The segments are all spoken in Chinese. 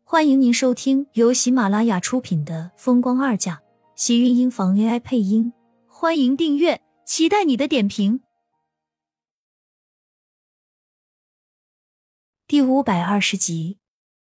欢迎您收听由喜马拉雅出品的《风光二嫁》，喜运音房 AI 配音。欢迎订阅，期待你的点评。第520集，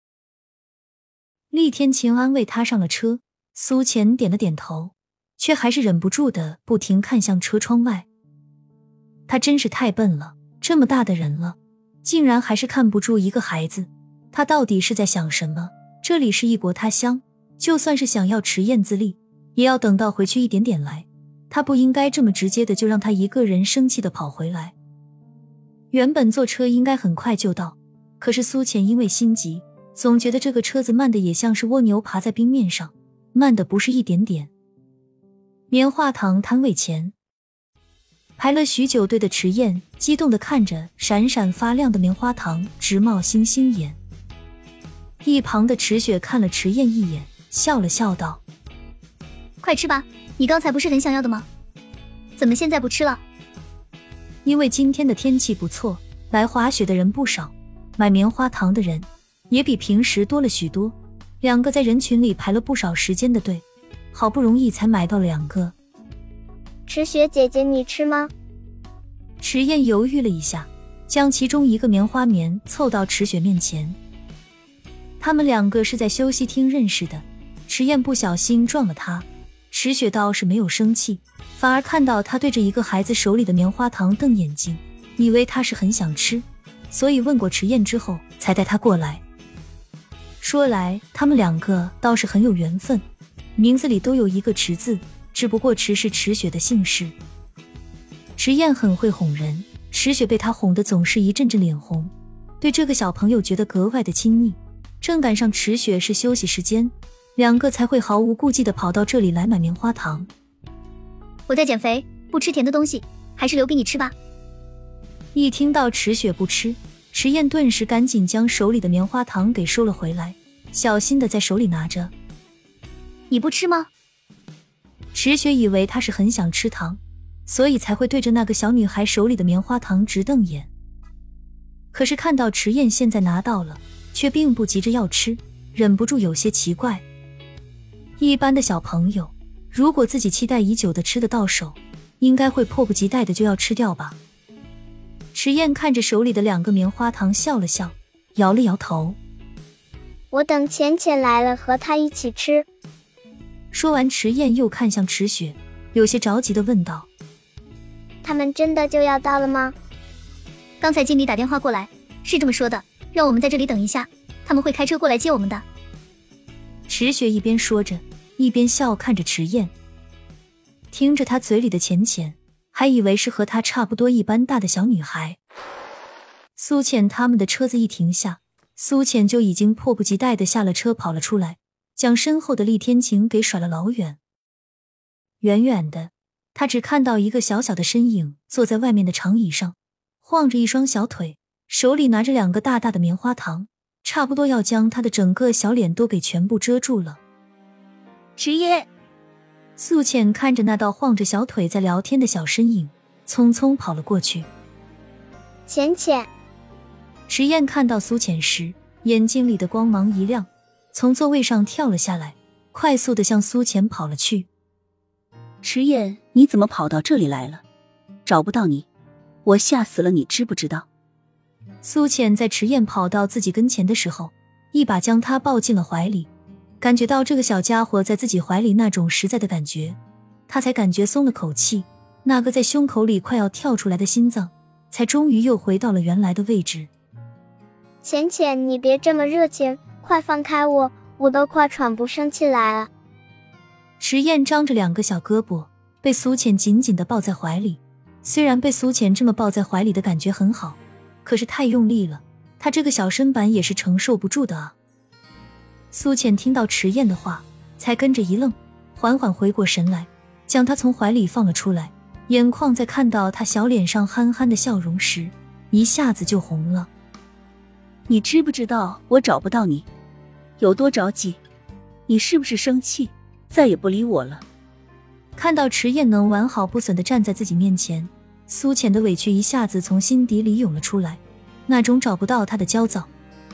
厉天晴安慰他上了车，苏浅点了点头，却还是忍不住的不停看向车窗外。他真是太笨了，这么大的人了，竟然还是看不住一个孩子。他到底是在想什么？这里是异国他乡，就算是想要迟燕自立，也要等到回去一点点来。他不应该这么直接的就让他一个人生气的跑回来。原本坐车应该很快就到，可是苏浅因为心急，总觉得这个车子慢的也像是蜗牛爬在冰面上，慢的不是一点点。棉花糖摊位前，排了许久队的迟燕激动地看着闪闪发亮的棉花糖，直冒星星眼。一旁的池雪看了迟燕一眼，笑了笑道： 快吃吧，你刚才不是很想要的吗？怎么现在不吃了？ 因为今天的天气不错，来滑雪的人不少，买棉花糖的人也比平时多了许多。两个在人群里排了不少时间的队，好不容易才买到了2个。 池雪姐姐你吃吗？ 迟燕犹豫了一下，将其中一个棉花棉凑到池雪面前。他们2个是在休息厅认识的，迟燕不小心撞了他，池雪倒是没有生气，反而看到他对着一个孩子手里的棉花糖瞪眼睛，以为他是很想吃，所以问过迟燕之后才带他过来。说来他们2个倒是很有缘分，名字里都有一个池字，只不过池是池雪的姓氏。迟燕很会哄人，池雪被他哄得总是一阵阵脸红，对这个小朋友觉得格外的亲昵。正赶上池雪是休息时间，2个才会毫无顾忌地跑到这里来买棉花糖。 我在减肥，不吃甜的东西，还是留给你吃吧。 一听到池雪不吃，迟燕顿时赶紧将手里的棉花糖给收了回来，小心地在手里拿着。 你不吃吗？ 池雪以为他是很想吃糖，所以才会对着那个小女孩手里的棉花糖直瞪眼。可是看到迟燕现在拿到了，却并不急着要吃，忍不住有些奇怪。一般的小朋友，如果自己期待已久的吃得到手，应该会迫不及待的就要吃掉吧。迟燕看着手里的2个棉花糖笑了笑，摇了摇头。 我等浅浅来了和她一起吃。 说完，迟燕又看向池雪，有些着急地问道： 他们真的就要到了吗？ 刚才经理打电话过来，是这么说的，让我们在这里等一下，他们会开车过来接我们的。 池雪一边说着，一边笑看着迟燕，听着她嘴里的浅浅，还以为是和她差不多一般大的小女孩。苏浅他们的车子一停下，苏浅就已经迫不及待地下了车跑了出来，将身后的厉天晴给甩了老远。远远的，他只看到一个小小的身影坐在外面的长椅上，晃着一双小腿，手里拿着2个大大的棉花糖，差不多要将他的整个小脸都给全部遮住了。 迟燕， 素浅看着那道晃着小腿在聊天的小身影，匆匆跑了过去。 浅浅。 迟燕看到苏浅时，眼睛里的光芒一亮，从座位上跳了下来，快速地向苏浅跑了去。 迟燕，你怎么跑到这里来了？找不到你，我吓死了，你知不知道？ 苏浅在迟燕跑到自己跟前的时候，一把将她抱进了怀里，感觉到这个小家伙在自己怀里那种实在的感觉，她才感觉松了口气，那个在胸口里快要跳出来的心脏才终于又回到了原来的位置。 浅浅，你别这么热情，快放开我，我都快喘不上气来了。 迟燕张着2个小胳膊，被苏浅紧紧地抱在怀里。虽然被苏浅这么抱在怀里的感觉很好，可是太用力了，她这个小身板也是承受不住的啊。苏浅听到迟燕的话，才跟着一愣，缓缓回过神来，将她从怀里放了出来，眼眶在看到她小脸上憨憨的笑容时，一下子就红了。 你知不知道我找不到你有多着急？你是不是生气，再也不理我了？ 看到迟燕能完好不损地站在自己面前，苏浅的委屈一下子从心底里涌了出来，那种找不到她的焦躁，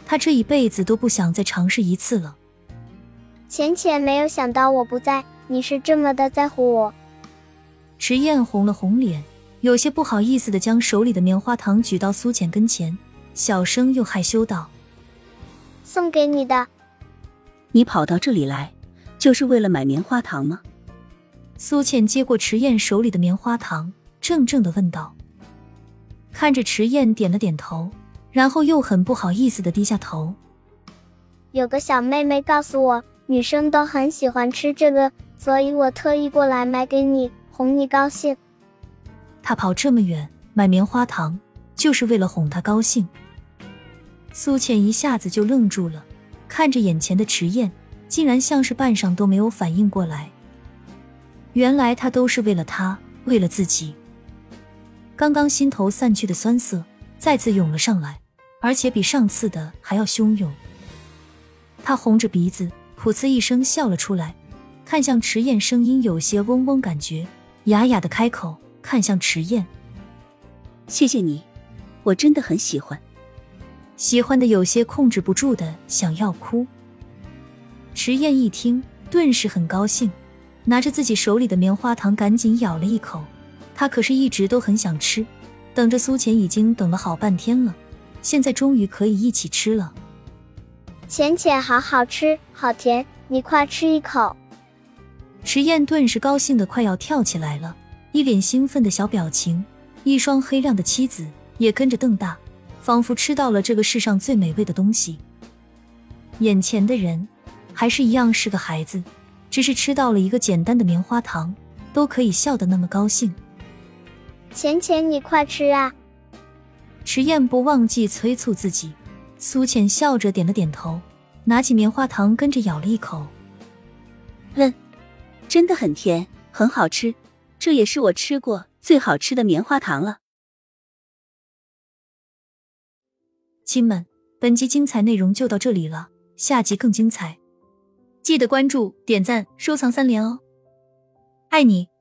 他这一辈子都不想再尝试一次了。 浅浅没有想到我不在，你是这么的在乎我。 迟燕红了红脸，有些不好意思地将手里的棉花糖举到苏浅跟前，小声又害羞道： 送给你的。 你跑到这里来就是为了买棉花糖吗？ 苏倩接过迟燕手里的棉花糖，怔怔地问道。看着迟燕点了点头，然后又很不好意思地低下头。 有个小妹妹告诉我，女生都很喜欢吃这个，所以我特意过来买给你，哄你高兴。 她跑这么远买棉花糖，就是为了哄她高兴。苏倩一下子就愣住了，看着眼前的迟燕，竟然像是半晌都没有反应过来。原来她都是为了他，为了自己。刚刚心头散去的酸涩再次涌了上来，而且比上次的还要汹涌。他红着鼻子噗呲一声笑了出来，看向迟燕，声音有些嗡嗡，感觉哑哑的开口，看向迟燕： 谢谢你，我真的很喜欢。 喜欢的有些控制不住的想要哭。迟燕一听顿时很高兴，拿着自己手里的棉花糖赶紧咬了一口。他可是一直都很想吃，等着苏浅已经等了好半天了，现在终于可以一起吃了。 浅浅好好吃，好甜，你快吃一口。 迟燕顿时高兴得快要跳起来了，一脸兴奋的小表情，一双黑亮的妻子也跟着瞪大，仿佛吃到了这个世上最美味的东西。眼前的人还是一样是个孩子，只是吃到了一个简单的棉花糖，都可以笑得那么高兴。 浅浅你快吃啊。 迟燕不忘记催促自己，苏浅笑着点了点头，拿起棉花糖跟着咬了一口。 真的很甜，很好吃，这也是我吃过最好吃的棉花糖了。 亲们，本集精彩内容就到这里了，下集更精彩，记得关注、点赞、收藏3连哦，爱你。